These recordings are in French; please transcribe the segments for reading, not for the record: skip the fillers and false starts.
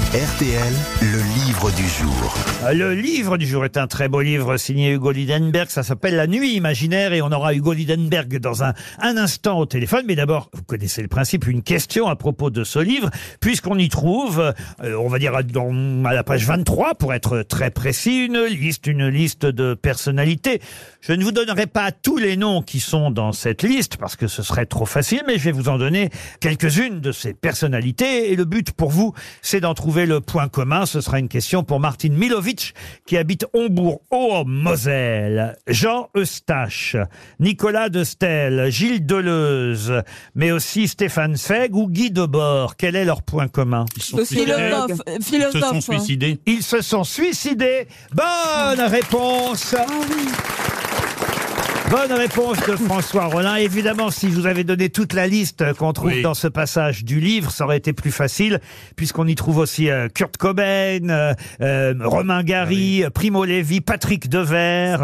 RTL, le livre du jour. Le livre du jour est un très beau livre signé Hugo Lindenberg. Ça s'appelle La Nuit imaginaire et on aura Hugo Lindenberg dans un instant au téléphone. Mais d'abord, vous connaissez le principe, une question à propos de ce livre, puisqu'on y trouve, on va dire à la page 23, pour être très précis, une liste de personnalités. Je ne vous donnerai pas tous les noms qui sont dans cette liste, parce que ce serait trop facile, mais je vais vous en donner quelques-unes de ces personnalités. Et le but pour vous, c'est d'en trouver le point commun. Ce sera une question pour Martin Milovic, qui habite Hombourg-Haut en Moselle. Jean Eustache, Nicolas de Stel, Gilles Deleuze, mais aussi Stéphane Zweig ou Guy Debord. Quel est leur point commun? Ils se sont suicidés. Ils se sont suicidés. Bonne réponse. Bonne réponse de François Rollin. Évidemment, si je vous avais donné toute la liste qu'on trouve dans ce passage du livre, ça aurait été plus facile, puisqu'on y trouve aussi Kurt Cobain, Romain Gary, Primo Levi, Patrick Devers,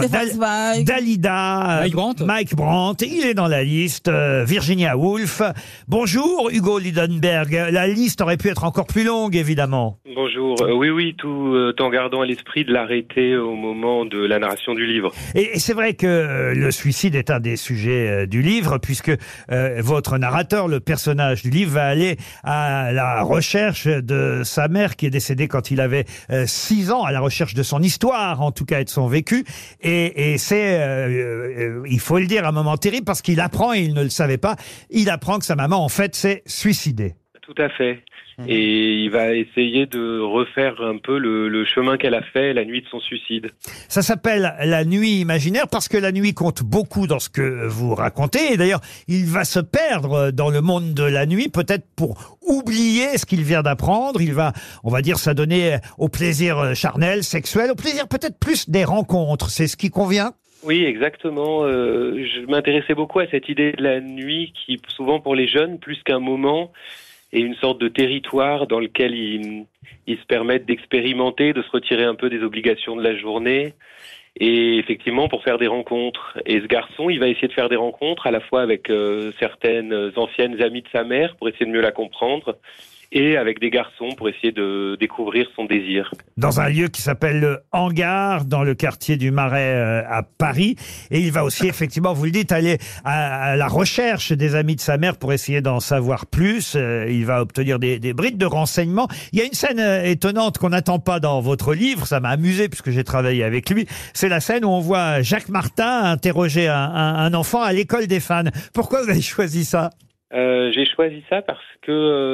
Dalida, Mike Brandt. Il est dans la liste. Virginia Woolf. Bonjour, Hugo Lindenberg. La liste aurait pu être encore plus longue, évidemment. Bonjour. Oui, tout en gardant à l'esprit de l'arrêter au moment de la narration du livre. Et c'est vrai que le suicide est un des sujets du livre, puisque votre narrateur, le personnage du livre, va aller à la recherche de sa mère qui est décédée quand il avait 6 ans, à la recherche de son histoire, en tout cas, et de son vécu. Et c'est, il faut le dire, un moment terrible, parce qu'il apprend, et il ne le savait pas, il apprend que sa maman, en fait, s'est suicidée. Tout à fait. Et il va essayer de refaire un peu le chemin qu'elle a fait la nuit de son suicide. Ça s'appelle La Nuit imaginaire parce que la nuit compte beaucoup dans ce que vous racontez. Et d'ailleurs, il va se perdre dans le monde de la nuit, peut-être pour oublier ce qu'il vient d'apprendre. Il va, on va dire, s'adonner au plaisir charnel, sexuel, au plaisir peut-être plus des rencontres. C'est ce qui convient ? Oui, exactement. Je m'intéressais beaucoup à cette idée de la nuit qui, souvent pour les jeunes, plus qu'un moment, et une sorte de territoire dans lequel ils se permettent d'expérimenter, de se retirer un peu des obligations de la journée, et effectivement pour faire des rencontres. Et ce garçon, il va essayer de faire des rencontres à la fois avec certaines anciennes amies de sa mère pour essayer de mieux la comprendre, et avec des garçons pour essayer de découvrir son désir. Dans un lieu qui s'appelle le Hangar, dans le quartier du Marais à Paris. Et il va aussi, effectivement, vous le dites, aller à la recherche des amis de sa mère pour essayer d'en savoir plus. Il va obtenir des brides de renseignements. Il y a une scène étonnante qu'on n'attend pas dans votre livre. Ça m'a amusé puisque j'ai travaillé avec lui. C'est la scène où on voit Jacques Martin interroger un enfant à l'école des fans. Pourquoi vous avez choisi ça ? J'ai choisi ça parce que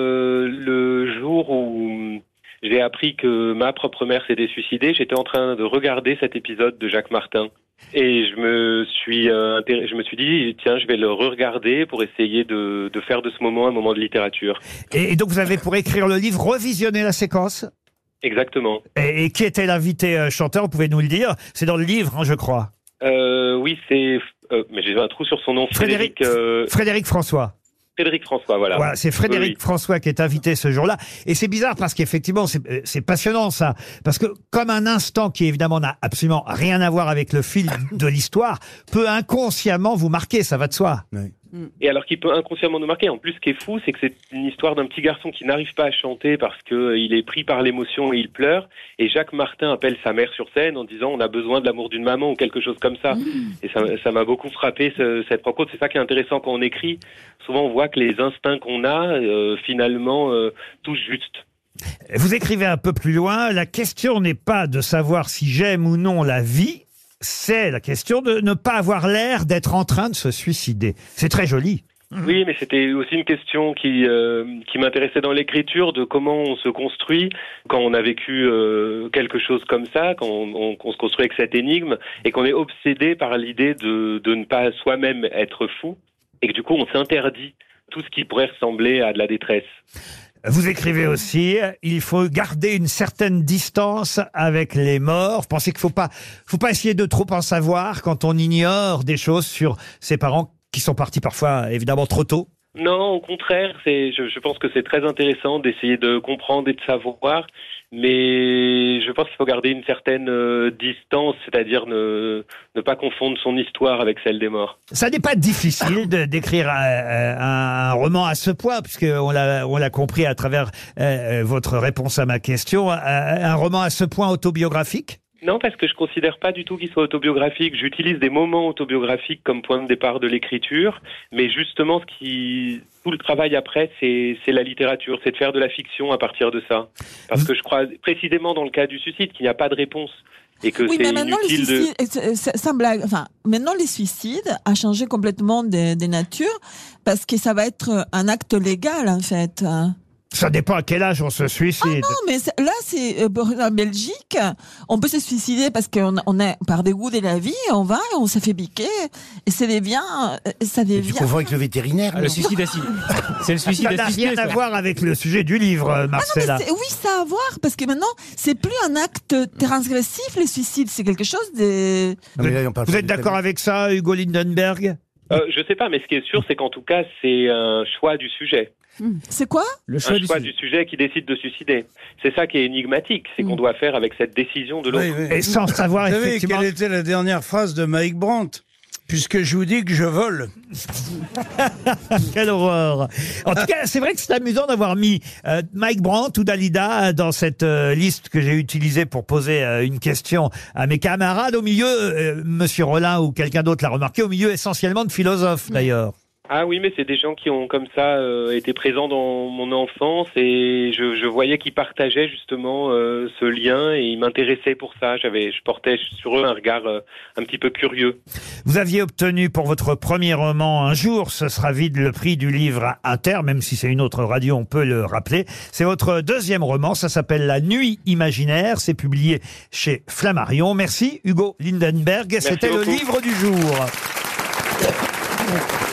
le jour où j'ai appris que ma propre mère s'était suicidée, j'étais en train de regarder cet épisode de Jacques Martin. Et je me suis dit, tiens, je vais le re-regarder pour essayer de faire de ce moment un moment de littérature. Et donc vous avez, pour écrire le livre, revisionné la séquence ? Exactement. Et qui était l'invité chanteur, vous pouvez nous le dire ? C'est dans le livre, hein, je crois. Oui, c'est... mais j'ai un trou sur son nom. Frédéric François. Frédéric François, voilà. C'est Frédéric François qui est invité ce jour-là. Et c'est bizarre parce qu'effectivement, c'est passionnant ça. Parce que comme un instant qui évidemment n'a absolument rien à voir avec le fil de l'histoire, peut inconsciemment vous marquer, ça va de soi. Oui. Et alors qu'il peut inconsciemment nous marquer. En plus, ce qui est fou, c'est que c'est une histoire d'un petit garçon qui n'arrive pas à chanter parce qu'il est pris par l'émotion et il pleure. Et Jacques Martin appelle sa mère sur scène en disant « on a besoin de l'amour d'une maman » ou quelque chose comme ça. Et ça m'a beaucoup frappé, cette rencontre. C'est ça qui est intéressant quand on écrit. Souvent, on voit que les instincts qu'on a, finalement, touchent juste. Vous écrivez un peu plus loin, la question n'est pas de savoir si j'aime ou non la vie, c'est la question de ne pas avoir l'air d'être en train de se suicider. C'est très joli. Oui, mais c'était aussi une question qui m'intéressait dans l'écriture, de comment on se construit quand on a vécu quelque chose comme ça, quand on se construit avec cette énigme, et qu'on est obsédé par l'idée de ne pas soi-même être fou, et que du coup on s'interdit tout ce qui pourrait ressembler à de la détresse. Vous écrivez aussi, il faut garder une certaine distance avec les morts. Vous pensez qu'il faut pas essayer de trop en savoir quand on ignore des choses sur ses parents qui sont partis parfois, évidemment, trop tôt? Non, au contraire, je pense que c'est très intéressant d'essayer de comprendre et de savoir, mais je pense qu'il faut garder une certaine distance, c'est-à-dire ne pas confondre son histoire avec celle des morts. Ça n'est pas difficile d'écrire un roman à ce point, puisqu'on l'a compris à travers votre réponse à ma question, un roman à ce point autobiographique? Non, parce que je considère pas du tout qu'il soit autobiographique. J'utilise des moments autobiographiques comme point de départ de l'écriture, mais justement, tout le travail après, c'est la littérature, c'est de faire de la fiction à partir de ça. Parce que je crois précisément dans le cas du suicide qu'il n'y a pas de réponse. Et que oui, mais maintenant les suicides, sans blague, maintenant les suicides a changé complètement des natures parce que ça va être un acte légal en fait. Ça dépend à quel âge on se suicide. Ah non, mais là, c'est en Belgique, on peut se suicider parce qu'on est par dégoût de la vie, on va, on se fait piquer, et ça devient. Tu confonds avec le vétérinaire. Le suicide assisté. C'est le suicide assisté. Ça n'a rien à voir avec le sujet du livre, Marcella. Oui, ça a à voir, parce que maintenant, c'est plus un acte transgressif, le suicide, c'est quelque chose de. Vous êtes d'accord avec ça, Hugo Lindenberg? Je sais pas, mais ce qui est sûr, c'est qu'en tout cas, c'est un choix du sujet. C'est quoi? Le choix du sujet qui décide de suicider. C'est ça qui est énigmatique, c'est qu'on doit faire avec cette décision de l'autre. Oui. Et sans savoir Vous savez effectivement... quelle était la dernière phrase de Mike Brandt? Puisque je vous dis que je vole. Quelle horreur. En tout cas, c'est vrai que c'est amusant d'avoir mis Mike Brandt ou Dalida dans cette liste que j'ai utilisée pour poser une question à mes camarades. Au milieu, Monsieur Rollin ou quelqu'un d'autre l'a remarqué, au milieu essentiellement de philosophes d'ailleurs. Ah oui, mais c'est des gens qui ont comme ça été présents dans mon enfance et je voyais qu'ils partageaient justement ce lien et ils m'intéressaient pour ça. Je portais sur eux un regard un petit peu curieux. Vous aviez obtenu pour votre premier roman Un jour, ce sera vide, le prix du livre Inter, même si c'est une autre radio, on peut le rappeler. C'est votre deuxième roman, ça s'appelle La Nuit imaginaire, c'est publié chez Flammarion. Merci Hugo Lindenberg, c'était le livre du jour.